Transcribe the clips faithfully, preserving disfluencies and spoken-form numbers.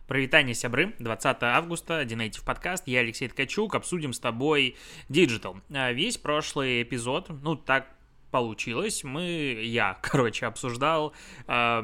Привитание, сябры, двадцатое августа, Динейтив подкаст, я Алексей Ткачук, обсудим с тобой Digital. Весь прошлый эпизод, ну так получилось, мы, я, короче, обсуждал э,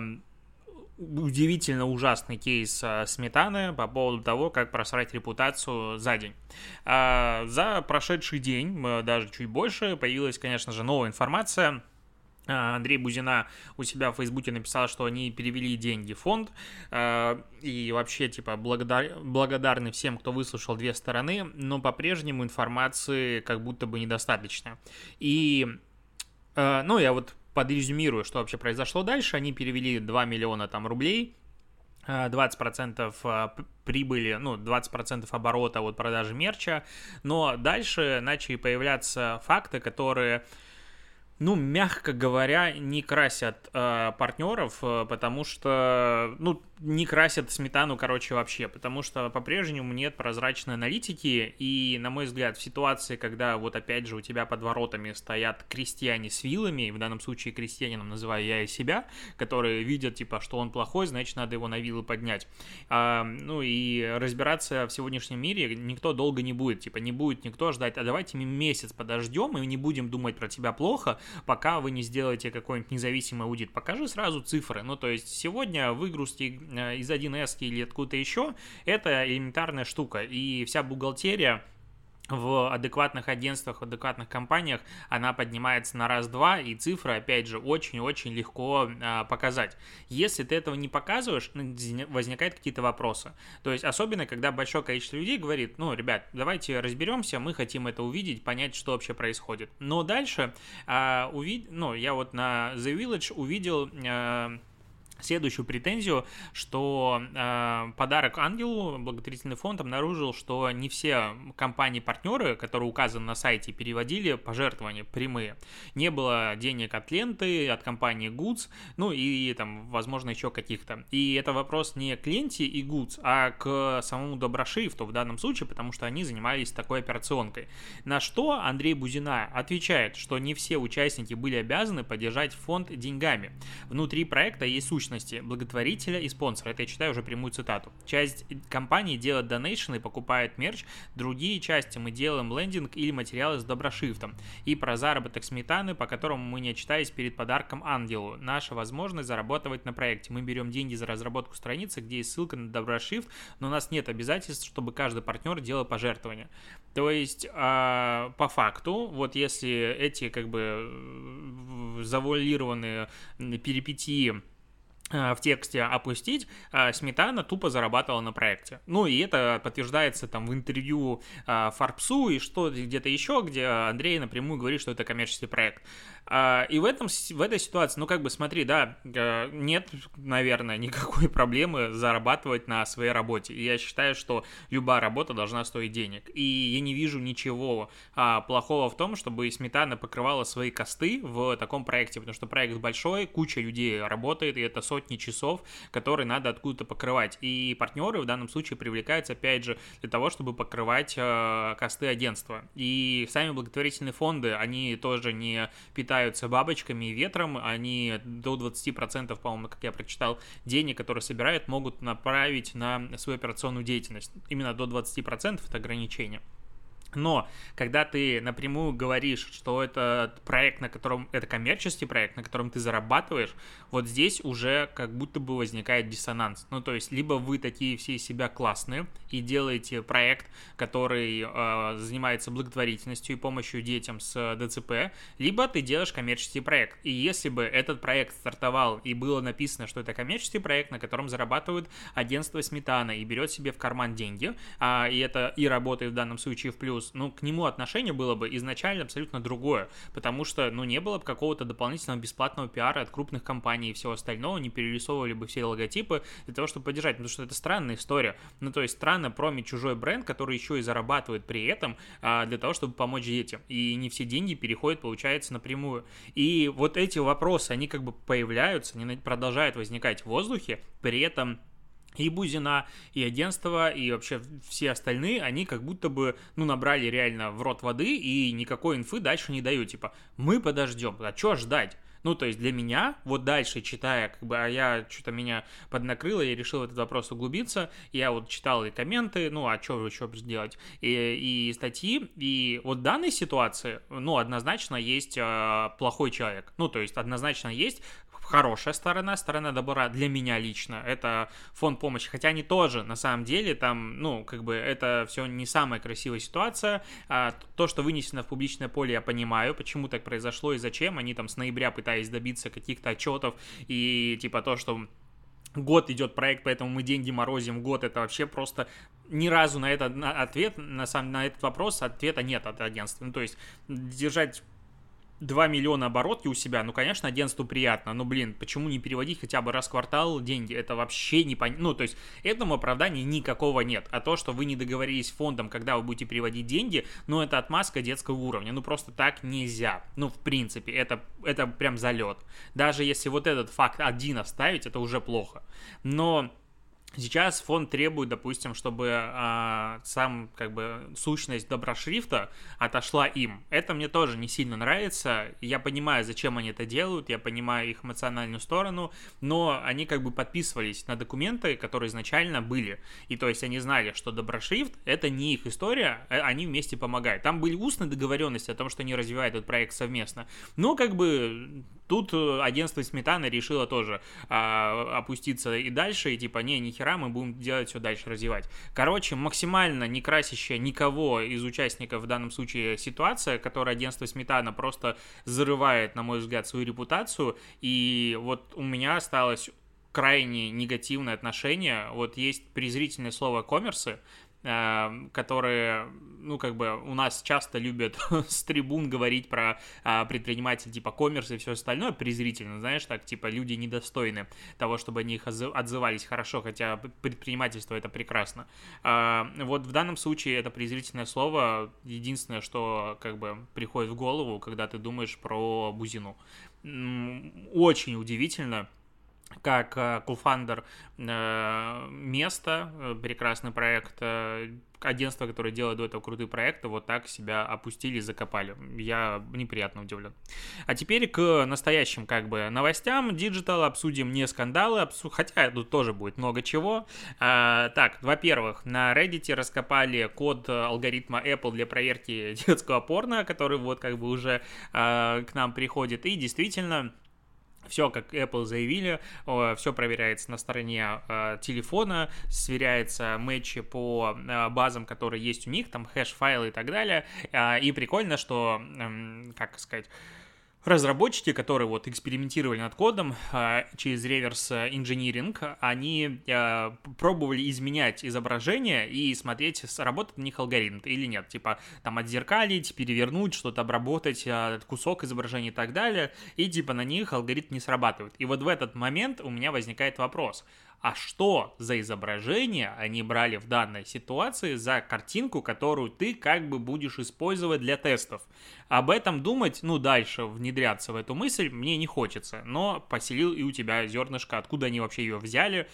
удивительно ужасный кейс Сметаны по поводу того, как просрать репутацию за день. Э, за прошедший день, даже чуть больше, появилась, конечно же, новая информация. Андрей Бузина у себя в Фейсбуке написал, что они перевели деньги в фонд, э, и вообще, типа, благодар... благодарны всем, кто выслушал две стороны, но по-прежнему информации как будто бы недостаточно. И, э, ну, я вот подрезюмирую, что вообще произошло дальше. Они перевели два миллиона там рублей, двадцать процентов прибыли, ну, двадцать процентов оборота от продажи мерча, но дальше начали появляться факты, которые... Ну, мягко говоря, не красят э, партнеров, э, потому что, ну, не красят Сметану, короче, вообще, потому что по-прежнему нет прозрачной аналитики, и, на мой взгляд, в ситуации, когда вот опять же у тебя под воротами стоят крестьяне с вилами, и в данном случае крестьянином называю я и себя, которые видят, типа, что он плохой, значит, надо его на вилы поднять. А, ну, и разбираться в сегодняшнем мире никто долго не будет, типа, не будет никто ждать, а давайте мы месяц подождем, и не будем думать про тебя плохо, пока вы не сделаете какой-нибудь независимый аудит. Покажи сразу цифры. Ну, то есть, сегодня выгрузки из один эс или откуда-то еще, это элементарная штука. И вся бухгалтерия в адекватных агентствах, в адекватных компаниях, она поднимается на раз-два, и цифры, опять же, очень-очень легко а, показать. Если ты этого не показываешь, возникают какие-то вопросы. То есть, особенно, когда большое количество людей говорит, ну, ребят, давайте разберемся, мы хотим это увидеть, понять, что вообще происходит. Но дальше, а, увид... ну, я вот на The Village увидел... А, следующую претензию, что э, подарок ангелу, благотворительный фонд, обнаружил, что не все компании-партнеры, которые указаны на сайте, переводили пожертвования прямые. Не было денег от ленты, от компании Goods, ну и там, возможно, еще каких-то. И это вопрос не к ленте и Goods, а к самому Доброшифту в данном случае, потому что они занимались такой операционкой. На что Андрей Бузина отвечает, что не все участники были обязаны поддержать фонд деньгами. Внутри проекта есть сущность благотворителя и спонсора. Это я читаю уже прямую цитату. Часть компании делает донейшн и покупает мерч, другие части мы делаем лендинг или материалы с Доброшифтом. И про заработок Сметаны, по которому мы не отчитались перед подарком ангелу. Наша возможность заработать на проекте. Мы берем деньги за разработку страницы, где есть ссылка на Доброшифт, но у нас нет обязательств, чтобы каждый партнер делал пожертвования. То есть, э, по факту, вот если эти как бы завуалированные перипетии в тексте опустить, Сметана тупо зарабатывала на проекте. Ну, и это подтверждается там в интервью Форбсу и что где-то еще, где Андрей напрямую говорит, что это коммерческий проект. И в, этом, в этой ситуации, ну, как бы, смотри, да, нет, наверное, никакой проблемы зарабатывать на своей работе. И я считаю, что любая работа должна стоить денег. И я не вижу ничего плохого в том, чтобы Сметана покрывала свои косты в таком проекте, потому что проект большой, куча людей работает, и это сотни часов, которые надо откуда-то покрывать. И партнеры в данном случае привлекаются, опять же, для того, чтобы покрывать э, косты агентства. И сами благотворительные фонды, они тоже не питаются бабочками и ветром, они до двадцати процентов, по-моему, как я прочитал, денег, которые собирают, могут направить на свою операционную деятельность. Именно до двадцати процентов это ограничение. Но когда ты напрямую говоришь, что это проект, на котором это коммерческий проект, на котором ты зарабатываешь, вот здесь уже как будто бы возникает диссонанс. Ну, то есть, либо вы такие все из себя классные и делаете проект, который э, занимается благотворительностью и помощью детям с ДЦП, либо ты делаешь коммерческий проект. И если бы этот проект стартовал и было написано, что это коммерческий проект, на котором зарабатывает агентство Сметана и берет себе в карман деньги, а, и это и работает в данном случае в плюс, ну, к нему отношение было бы изначально абсолютно другое, потому что, ну, не было бы какого-то дополнительного бесплатного пиара от крупных компаний и всего остального, не перерисовывали бы все логотипы для того, чтобы поддержать, потому что это странная история. Ну, то есть странно промить чужой бренд, который еще и зарабатывает при этом а, для того, чтобы помочь детям, и не все деньги переходят, получается, напрямую. И вот эти вопросы, они как бы появляются, они продолжают возникать в воздухе, при этом и Бузина, и агентство, и вообще все остальные, они как будто бы, ну, набрали реально в рот воды и никакой инфы дальше не дают. Типа, мы подождем, а что ждать? Ну, то есть для меня, вот дальше читая, как бы, а я, что-то меня поднакрыло, я решил в этот вопрос углубиться, я вот читал и комменты, ну, а что еще делать, и, и статьи, и вот в данной ситуации, ну, однозначно есть э, плохой человек, ну, то есть однозначно есть хорошая сторона, сторона добра для меня лично, это фонд помощи, хотя они тоже, на самом деле, там, ну, как бы, это все не самая красивая ситуация, а, то, что вынесено в публичное поле, я понимаю, почему так произошло и зачем, они там с ноября пытались добиться каких-то отчетов, и, типа, то, что год идет проект, поэтому мы деньги морозим год, это вообще просто ни разу на этот на ответ, на, сам, на этот вопрос ответа нет от агентства, ну, то есть, держать два миллиона оборотки у себя, ну, конечно, агентству приятно, но, блин, почему не переводить хотя бы раз в квартал деньги? Это вообще не понятно. Ну, то есть, этому оправдания никакого нет. А то, что вы не договорились с фондом, когда вы будете переводить деньги, ну, это отмазка детского уровня. Ну, просто так нельзя. Ну, в принципе, это, это прям залет. Даже если вот этот факт один оставить, это уже плохо. Но сейчас фонд требует, допустим, чтобы а, сам, как бы, сущность доброшрифта отошла им. Это мне тоже не сильно нравится. Я понимаю, зачем они это делают, я понимаю их эмоциональную сторону, но они как бы подписывались на документы, которые изначально были. И то есть они знали, что доброшрифт — это не их история, они вместе помогают. Там были устные договоренности о том, что они развивают этот проект совместно. Но как бы тут агентство Сметана решило тоже а, опуститься и дальше, и типа, не, нихера, мы будем делать все дальше, развивать. Короче, максимально не красящая никого из участников в данном случае ситуация, которая агентство Сметана просто зарывает, на мой взгляд, свою репутацию, и вот у меня осталось крайне негативное отношение. Вот есть презрительное слово «коммерсы», которые, ну, как бы у нас часто любят с трибун говорить про а, предпринимателей типа коммерс и все остальное презрительно, знаешь, так, типа, люди недостойны того, чтобы они их отзывались хорошо, хотя предпринимательство — это прекрасно. А, вот в данном случае это презрительное слово единственное, что, как бы, приходит в голову, когда ты думаешь про Бузину. Очень удивительно, как э, кофаундер э, места, э, прекрасный проект, э, агентство, которое делает до этого крутые проекты, вот так себя опустили и закопали. Я неприятно удивлен. А теперь к настоящим, как бы, новостям. Digital, обсудим не скандалы, обсу... хотя тут тоже будет много чего. А, так, во-первых, на Reddit раскопали код алгоритма Apple для проверки детского порно, который вот как бы уже а, к нам приходит. И действительно, все, как Apple заявили, все проверяется на стороне э, телефона, сверяется мэтчи по э, базам, которые есть у них, там хэш-файлы и так далее. Э, и прикольно, что, э, как сказать, разработчики, которые вот экспериментировали над кодом э, через реверс инжиниринг, они э, пробовали изменять изображение и смотреть, сработает у них алгоритм или нет. Типа там отзеркалить, перевернуть, что-то обработать, э, кусок изображения и так далее. И типа на них алгоритм не срабатывает. И вот в этот момент у меня возникает вопрос. А что за изображение они брали в данной ситуации за картинку, которую ты как бы будешь использовать для тестов? Об этом думать, ну, дальше внедряться в эту мысль мне не хочется, но поселил и у тебя зернышко, откуда они вообще ее взяли,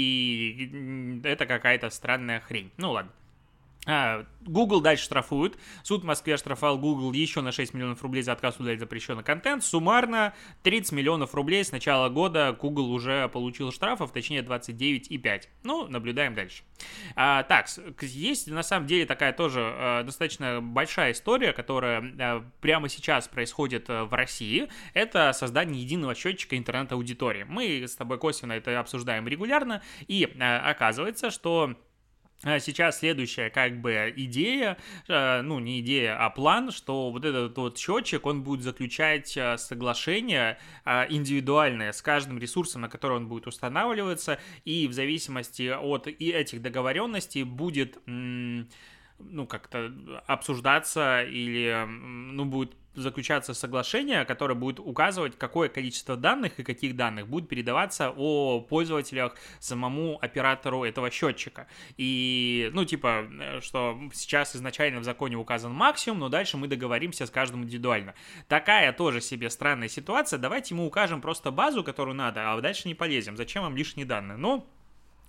и это какая-то странная хрень. Ну, ладно. Google дальше штрафует. Суд в Москве оштрафовал Google еще на шесть миллионов рублей за отказ удалить запрещенный контент. Суммарно тридцать миллионов рублей с начала года Google уже получил штрафов, точнее двадцать девять и пять. Ну, наблюдаем дальше. А, так, есть на самом деле такая тоже а, достаточно большая история, которая а, прямо сейчас происходит а, в России. Это создание единого счетчика интернет-аудитории. Мы с тобой косвенно это обсуждаем регулярно, и а, оказывается, что сейчас следующая, как бы, идея, ну, не идея, а план, что вот этот вот счетчик, он будет заключать соглашение индивидуальное с каждым ресурсом, на который он будет устанавливаться, и в зависимости от и этих договоренностей будет, ну, как-то обсуждаться или, ну, будет заключаться соглашение, которое будет указывать, какое количество данных и каких данных будет передаваться о пользователях самому оператору этого счетчика. И, ну, типа, что сейчас изначально в законе указан максимум, но дальше мы договоримся с каждым индивидуально. Такая тоже себе странная ситуация. Давайте мы укажем просто базу, которую надо, а дальше не полезем. Зачем вам лишние данные? Ну,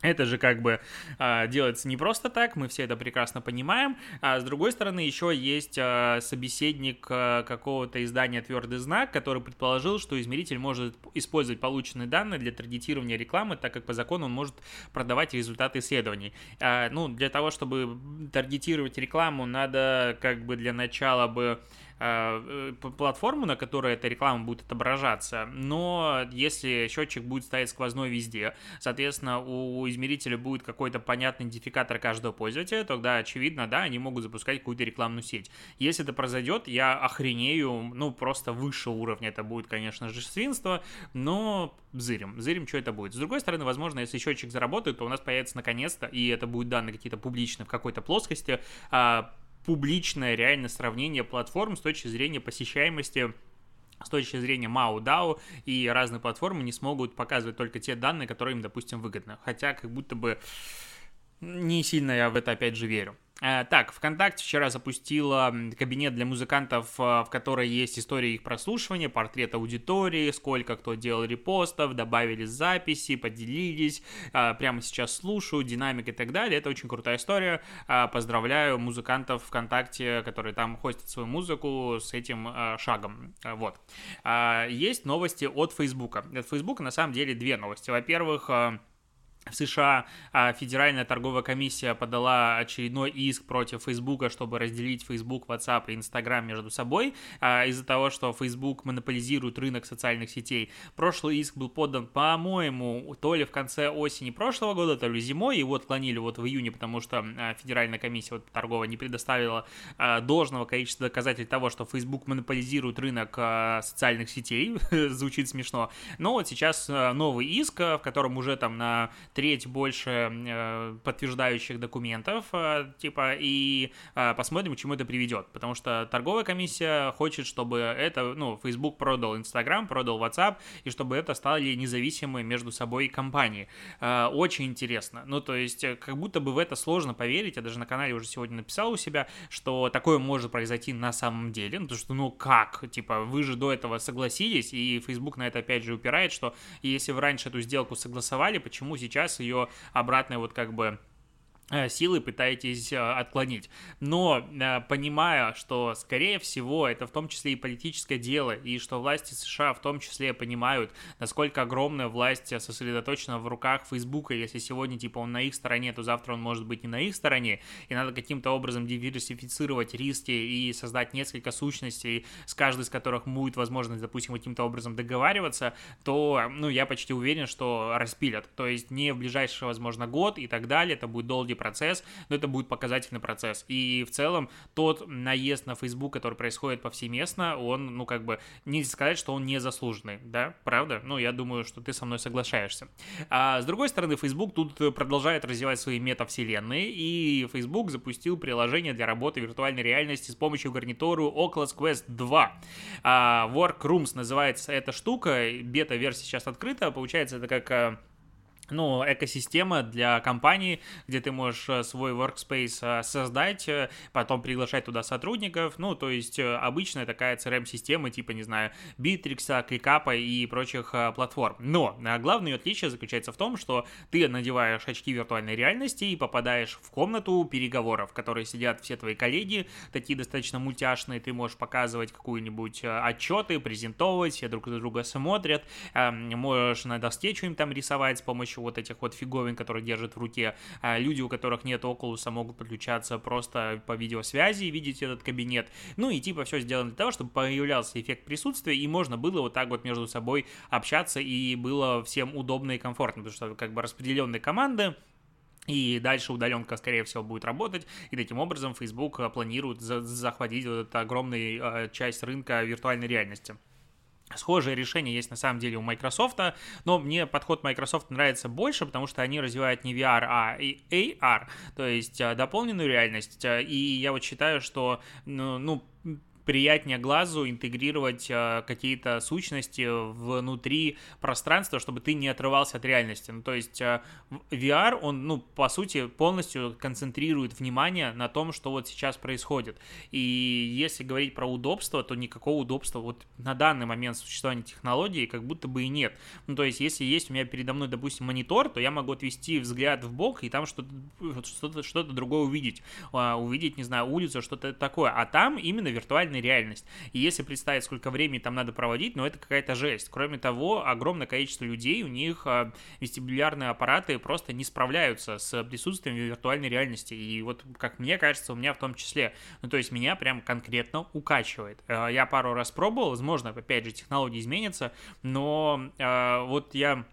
Это же как бы а, делается не просто так, мы все это прекрасно понимаем. А с другой стороны, еще есть а, собеседник а, какого-то издания «Твердый знак», который предположил, что измеритель может использовать полученные данные для таргетирования рекламы, так как по закону он может продавать результаты исследований. А, ну, для того, чтобы таргетировать рекламу, надо как бы для начала бы платформу, на которой эта реклама будет отображаться, но если счетчик будет стоять сквозной везде, соответственно, у измерителя будет какой-то понятный идентификатор каждого пользователя, тогда, очевидно, да, они могут запускать какую-то рекламную сеть. Если это произойдет, я охренею, ну, просто выше уровня, это будет, конечно же, свинство, но зырим, зырим, что это будет. С другой стороны, возможно, если счетчик заработает, то у нас появится наконец-то, и это будут данные какие-то публичные в какой-то плоскости, публичное реально сравнение платформ с точки зрения посещаемости, с точки зрения MAU-дао, и разные платформы не смогут показывать только те данные, которые им, допустим, выгодны. Хотя как будто бы не сильно я в это опять же верю. Так, ВКонтакте вчера запустила кабинет для музыкантов, в которой есть история их прослушивания, портрет аудитории, сколько кто делал репостов, добавили записи, поделились, прямо сейчас слушаю, динамик и так далее. Это очень крутая история. Поздравляю музыкантов ВКонтакте, которые там хостят свою музыку, с этим шагом. Вот. Есть новости от Фейсбука. От Фейсбука на самом деле две новости. Во-первых, в США Федеральная торговая комиссия подала очередной иск против Фейсбука, чтобы разделить Facebook, WhatsApp и Instagram между собой из-за того, что Facebook монополизирует рынок социальных сетей. Прошлый иск был подан, по-моему, то ли в конце осени прошлого года, то ли зимой, его отклонили вот в июне, потому что Федеральная комиссия вот, торговая не предоставила должного количества доказательств того, что Facebook монополизирует рынок социальных сетей. Звучит смешно. Но вот сейчас новый иск, в котором уже там на треть больше э, подтверждающих документов, э, типа, и э, посмотрим, к чему это приведет, потому что торговая комиссия хочет, чтобы это, ну, Facebook продал Instagram, продал WhatsApp, и чтобы это стали независимые между собой компании. Э, очень интересно, ну, то есть, как будто бы в это сложно поверить, я даже на канале уже сегодня написал у себя, что такое может произойти на самом деле, ну, потому что, ну, как, типа, вы же до этого согласились, и Facebook на это опять же упирает, что если вы раньше эту сделку согласовали, почему сейчас ее обратно вот как бы силы пытаетесь отклонить. Но понимая, что, скорее всего, это в том числе и политическое дело, и что власти США в том числе понимают, насколько огромная власть сосредоточена в руках Фейсбука, если сегодня, типа, он на их стороне, то завтра он может быть не на их стороне, и надо каким-то образом диверсифицировать риски и создать несколько сущностей, с каждой из которых будет возможность, допустим, каким-то образом договариваться, то, ну, я почти уверен, что распилят. То есть не в ближайший, возможно, год и так далее, это будет долгий процесс, но это будет показательный процесс. И в целом тот наезд на Facebook, который происходит повсеместно, он, ну, как бы, нельзя сказать, что он незаслуженный, да, правда? Ну, я думаю, что ты со мной соглашаешься. А с другой стороны, Facebook тут продолжает развивать свои метавселенные, и Facebook запустил приложение для работы виртуальной реальности с помощью гарнитуры Oculus Quest два. А, Workrooms называется эта штука, бета-версия сейчас открыта, получается, это как... ну, экосистема для компании, где ты можешь свой workspace создать, потом приглашать туда сотрудников, ну, то есть обычная такая си ар эм-система, типа, не знаю, Bittrex, ClickUp и прочих платформ. Но главное отличие заключается в том, что ты надеваешь очки виртуальной реальности и попадаешь в комнату переговоров, в которой сидят все твои коллеги, такие достаточно мультяшные, ты можешь показывать какую-нибудь отчеты, презентовать, все друг на друга смотрят, можешь на доске что-нибудь там рисовать с помощью вот этих вот фиговин, которые держат в руке. Люди, у которых нет Oculus, могут подключаться просто по видеосвязи и видеть этот кабинет. Ну и типа все сделано для того, чтобы появлялся эффект присутствия, и можно было вот так вот между собой общаться, и было всем удобно и комфортно, потому что как бы распределенные команды, и дальше удаленка, скорее всего, будет работать, и таким образом Facebook планирует захватить вот эту огромную часть рынка виртуальной реальности. Схожее решение есть на самом деле у Microsoft, но мне подход Microsoft нравится больше, потому что они развивают не ви ар, а эй ар, то есть дополненную реальность, и я вот считаю, что, ну, ну приятнее глазу интегрировать э, какие-то сущности внутри пространства, чтобы ты не отрывался от реальности. Ну, то есть э, ви ар, он, ну, по сути, полностью концентрирует внимание на том, что вот сейчас происходит. И если говорить про удобство, то никакого удобства вот на данный момент существования технологии как будто бы и нет. Ну, то есть если есть у меня передо мной, допустим, монитор, то я могу отвести взгляд в бок и там что-то, что-то, что-то другое увидеть. А, увидеть, не знаю, улицу, что-то такое. А там именно виртуальная реальность. И если представить, сколько времени там надо проводить, ну, это какая-то жесть. Кроме того, огромное количество людей, у них а, вестибулярные аппараты просто не справляются с присутствием виртуальной реальности. И вот, как мне кажется, у меня в том числе. Ну, то есть меня прям конкретно укачивает. А, я пару раз пробовал, возможно, опять же, технологии изменятся, но а, вот я...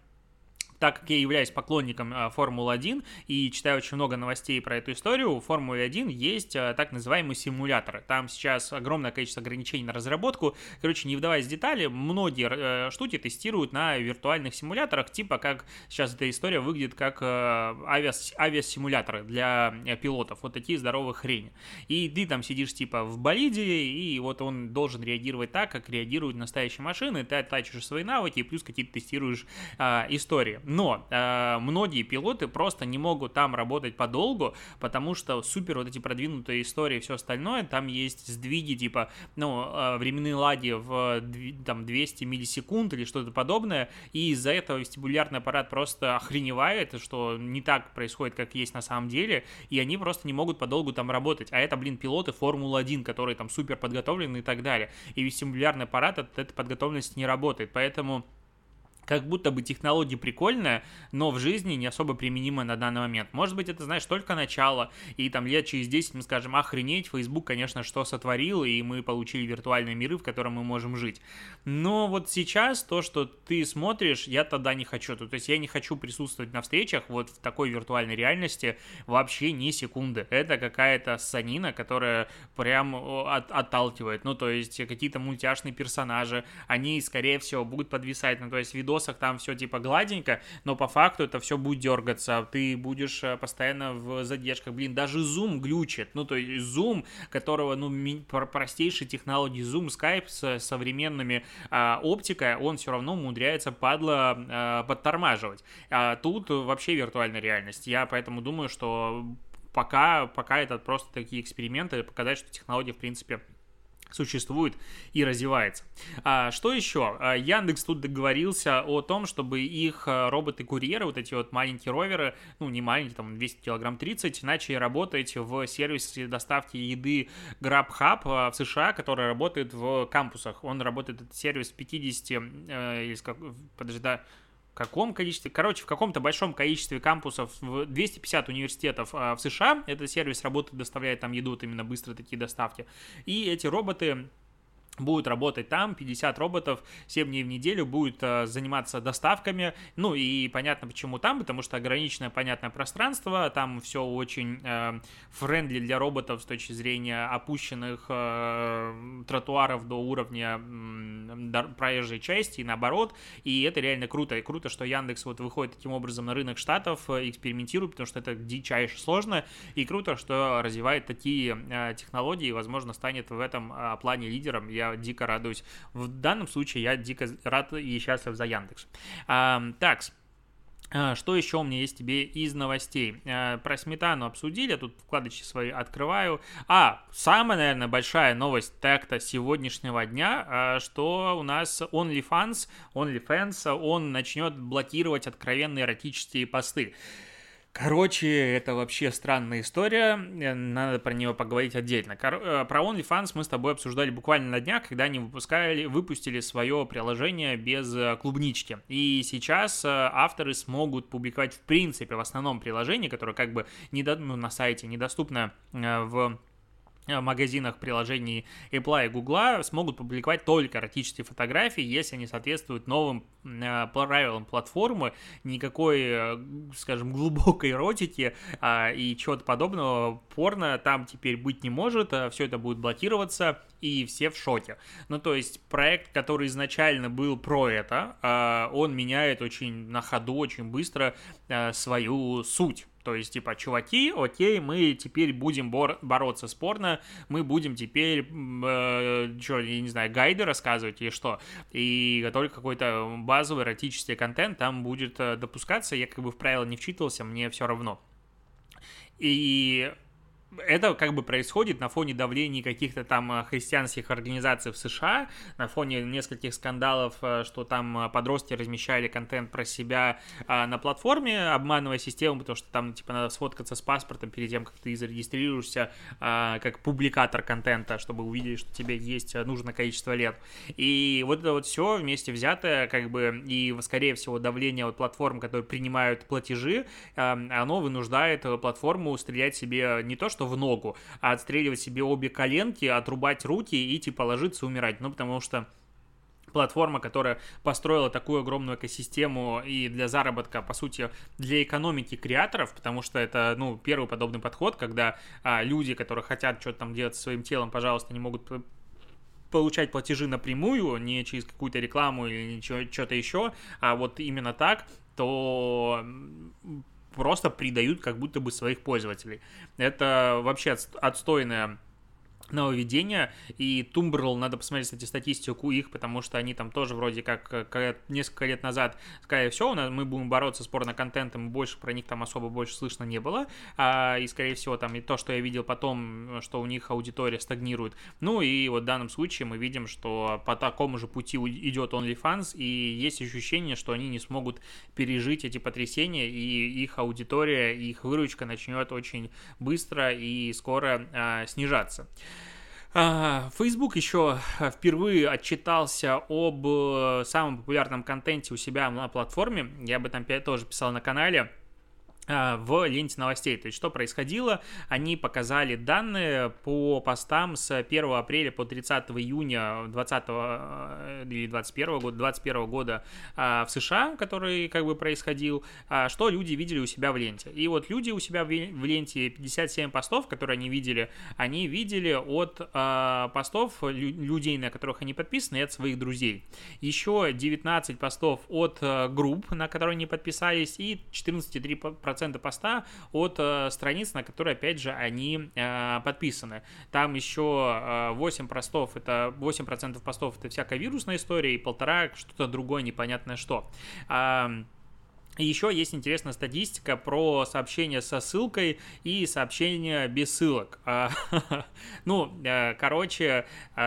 Так как я являюсь поклонником а, Формулы один и читаю очень много новостей про эту историю, у Формулы один есть а, так называемые симуляторы. Там сейчас огромное количество ограничений на разработку. Короче, не вдаваясь в детали, многие а, штуки тестируют на виртуальных симуляторах, типа как сейчас эта история выглядит как а, авиас, авиасимуляторы для а, пилотов. Вот такие здоровые хрени. И ты там сидишь типа в болиде, и вот он должен реагировать так, как реагируют настоящие машины. Ты оттачиваешь свои навыки, и плюс какие-то тестируешь а, истории. Но э, многие пилоты просто не могут там работать подолгу, потому что супер вот эти продвинутые истории и все остальное, там есть сдвиги типа, ну, э, временные лаги в там двести миллисекунд или что-то подобное, и из-за этого вестибулярный аппарат просто охреневает, что не так происходит, как есть на самом деле, и они просто не могут подолгу там работать. А это, блин, пилоты Формулы один, которые там супер подготовлены и так далее. И вестибулярный аппарат от этой подготовленности не работает, поэтому... Как будто бы технология прикольная, но в жизни не особо применимая на данный момент. Может быть, это, знаешь, только начало, и там лет через десять мы скажем: охренеть, Facebook, конечно, что сотворил, и мы получили виртуальные миры, в котором мы можем жить. Но вот сейчас то, что ты смотришь, я тогда не хочу. То есть я не хочу присутствовать на встречах вот в такой виртуальной реальности вообще ни секунды. Это какая-то ссанина, которая прям от, отталкивает. Ну, то есть какие-то мультяшные персонажи, они, скорее всего, будут подвисать. Ну, то есть видос там все типа гладенько, но по факту это все будет дергаться, ты будешь постоянно в задержках, блин, даже Zoom глючит, ну то есть Zoom, которого, ну, ми- простейшие технологии Zoom, Skype с современными а, оптикой, он все равно умудряется падло а, подтормаживать, а тут вообще виртуальная реальность, я поэтому думаю, что пока, пока это просто такие эксперименты, показать, что технология в принципе существует и развивается. А, что еще? А, Яндекс тут договорился о том, чтобы их роботы-курьеры, вот эти вот маленькие роверы, ну не маленькие, там двести килограмм тридцать, начали работать в сервисе доставки еды GrabHub в США, который работает в кампусах. Он работает, этот сервис, в пятидесяти, э, или, подожди, да, в каком количестве, короче, в каком-то большом количестве кампусов, в двести пятьдесят университетов в США, этот сервис работает, доставляет там еду, вот именно быстро такие доставки, и эти роботы будут работать там, пятьдесят роботов, семь дней в неделю будут э, заниматься доставками, ну и понятно почему там, потому что ограниченное понятное пространство, там все очень э, френдли для роботов с точки зрения опущенных э, тротуаров до уровня э, проезжей части и наоборот, и это реально круто, и круто, что Яндекс вот выходит таким образом на рынок Штатов, экспериментирует, потому что это дичайше сложно, и круто, что развивает такие э, технологии и, возможно, станет в этом э, плане лидером. Я дико радуюсь. В данном случае я дико рад и счастлив за Яндекс. А, так, что еще у меня есть тебе из новостей? Про сметану обсудили, я тут вкладочки свои открываю. А, самая, наверное, большая новость так-то сегодняшнего дня, что у нас OnlyFans, OnlyFans, он начнет блокировать откровенные эротические посты. Короче, это вообще странная история, надо про нее поговорить отдельно. Про OnlyFans мы с тобой обсуждали буквально на днях, когда они выпускали, выпустили свое приложение без клубнички. И сейчас авторы смогут публиковать в принципе в основном приложение, которое как бы не до, ну, на сайте недоступно в магазинах приложений Apple и Google, смогут публиковать только эротические фотографии, если они соответствуют новым э, правилам платформы, никакой, э, скажем, глубокой эротики э, и чего-то подобного порно там теперь быть не может, э, все это будет блокироваться, и все в шоке. Ну, то есть проект, который изначально был про это, э, он меняет очень на ходу, очень быстро э, свою суть. То есть, типа, чуваки, окей, мы теперь будем бор- бороться с порно, мы будем теперь, э, что, я не знаю, гайды рассказывать или что, и только какой-то базовый эротический контент там будет э, допускаться, я как бы в правила не вчитывался, мне все равно. И это как бы происходит на фоне давления каких-то там христианских организаций в США, на фоне нескольких скандалов, что там подростки размещали контент про себя на платформе, обманывая систему, потому что там типа надо сфоткаться с паспортом перед тем, как ты зарегистрируешься как публикатор контента, чтобы увидели, что тебе есть нужное количество лет. И вот это вот все вместе взятое, как бы, и скорее всего давление от платформ, которые принимают платежи, оно вынуждает платформу стрелять себе не то, что в ногу, а отстреливать себе обе коленки, отрубать руки и типа ложиться умирать. Ну, потому что платформа, которая построила такую огромную экосистему и для заработка, по сути, для экономики креаторов, потому что это, ну, первый подобный подход, когда а, люди, которые хотят что-то там делать со своим телом, пожалуйста, не могут получать платежи напрямую, не через какую-то рекламу или ничего, что-то еще, а вот именно так, то просто придают как будто бы своих пользователей. Это вообще отстойная нововведение, и Tumblr, надо посмотреть, кстати, статистику их, потому что они там тоже вроде как, как несколько лет назад сказали, все, у нас, мы будем бороться с порно-контентом, и больше про них там особо больше слышно не было, а, и, скорее всего, там и то, что я видел потом, что у них аудитория стагнирует. Ну, и вот в данном случае мы видим, что по такому же пути идет OnlyFans, и есть ощущение, что они не смогут пережить эти потрясения, и их аудитория, и их выручка начнет очень быстро и скоро а, снижаться. Facebook еще впервые отчитался об самом популярном контенте у себя на платформе. Я об этом тоже писал на канале. В ленте новостей. То есть, что происходило? Они показали данные по постам с первого апреля по тридцатого июня двадцатого или двадцать первого года, двадцать первого года в США, который как бы происходил, что люди видели у себя в ленте. И вот люди у себя в ленте, пятьдесят семь постов, которые они видели, они видели от постов людей, на которых они подписаны, и от своих друзей. Еще девятнадцать постов от групп, на которые они подписались, и четырнадцать целых три десятых процента поста от э, страниц, на которые, опять же, они э, подписаны. Там еще э, восемь постов, это восемь процентов постов это всякая вирусная история, и полтора что-то другое непонятное что. А, еще есть интересная статистика про сообщения со ссылкой и сообщения без ссылок. Ну, короче,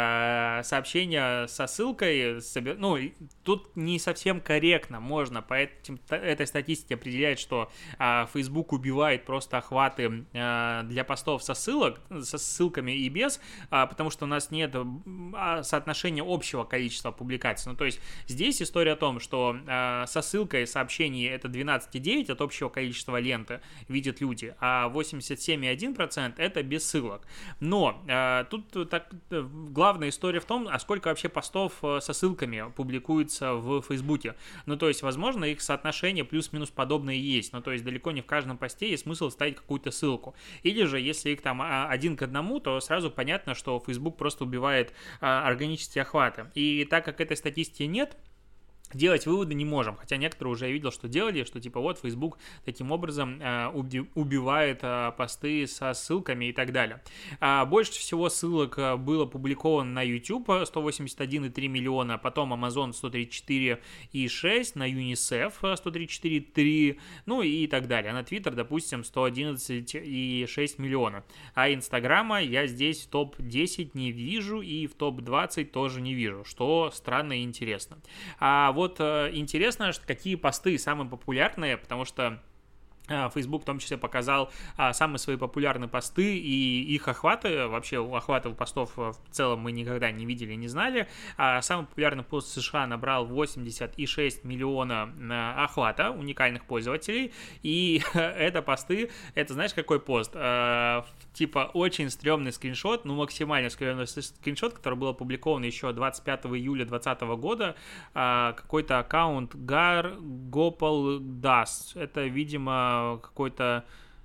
сообщения со ссылкой, ну, тут не совсем корректно можно по этим, этой статистике определять, что Facebook убивает просто охваты для постов со ссылок, со ссылками и без, потому что у нас нет соотношения общего количества публикаций. Ну, то есть здесь история о том, что со ссылкой сообщений это двенадцать целых девять десятых от общего количества ленты видят люди, а восемьдесят семь целых один процент это без ссылок. Но э, тут так, главная история в том, а сколько вообще постов со ссылками публикуется в Фейсбуке. Ну, то есть, возможно, их соотношение плюс-минус подобное есть, но то есть далеко не в каждом посте есть смысл ставить какую-то ссылку. Или же, если их там один к одному, то сразу понятно, что Facebook просто убивает а, органические охваты. И так как этой статистики нет, делать выводы не можем, хотя некоторые уже я видел, что делали, что типа вот Facebook таким образом э, убивает э, посты со ссылками и так далее. А больше всего ссылок было опубликовано на YouTube, сто восемьдесят один целых три миллиона, потом Amazon сто тридцать четыре целых шесть, на UNICEF сто тридцать четыре целых три, ну и так далее. А на Twitter, допустим, сто одиннадцать целых шесть миллиона. А Инстаграма я здесь в топ десять не вижу и в топ двадцать тоже не вижу, что странно и интересно. А вот Вот интересно, какие посты самые популярные, потому что Facebook в том числе показал а, самые свои популярные посты и их охваты. Вообще охватов постов в целом мы никогда не видели, не знали. А, самый популярный пост в США набрал восемьдесят шесть миллиона а, охвата уникальных пользователей. И это посты, это знаешь какой пост? А, типа очень стрёмный скриншот, ну максимально стрёмный скриншот, который был опубликован еще двадцать пятого июля двадцатого года. А, какой-то аккаунт Gar Gopal Das. Это, видимо, какой-то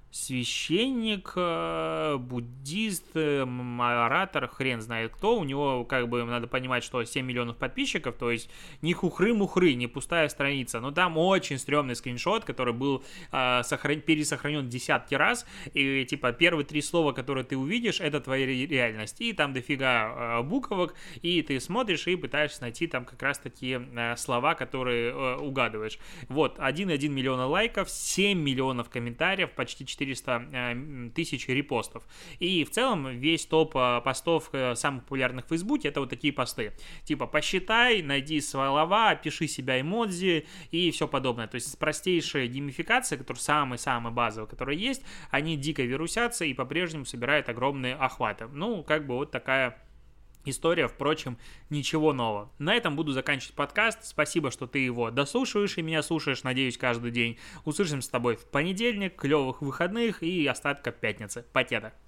священник, буддист, оратор, хрен знает кто. У него, как бы, надо понимать, что семь миллионов подписчиков, то есть не хухры-мухры, не пустая страница. Но там очень стрёмный скриншот, который был э, сохран... пересохранен десятки раз. И, типа, первые три слова, которые ты увидишь, это твоя реальность. И там дофига э, буквок, и ты смотришь и пытаешься найти там как раз-таки э, слова, которые э, угадываешь. Вот, один и один миллиона лайков, семь миллионов комментариев, почти четыреста тысяч репостов. И в целом весь топ постов самых популярных в Фейсбуке — это вот такие посты. Типа посчитай, найди слова, опиши себя эмодзи и все подобное. То есть простейшие геймификации, которые самые-самые базовые, которые есть, они дико вирусятся и по-прежнему собирают огромные охваты. Ну, как бы вот такая история, впрочем, ничего нового. На этом буду заканчивать подкаст. Спасибо, что ты его дослушиваешь и меня слушаешь, надеюсь, каждый день. Услышимся с тобой в понедельник. Клевых выходных и остатка пятницы. Покеда.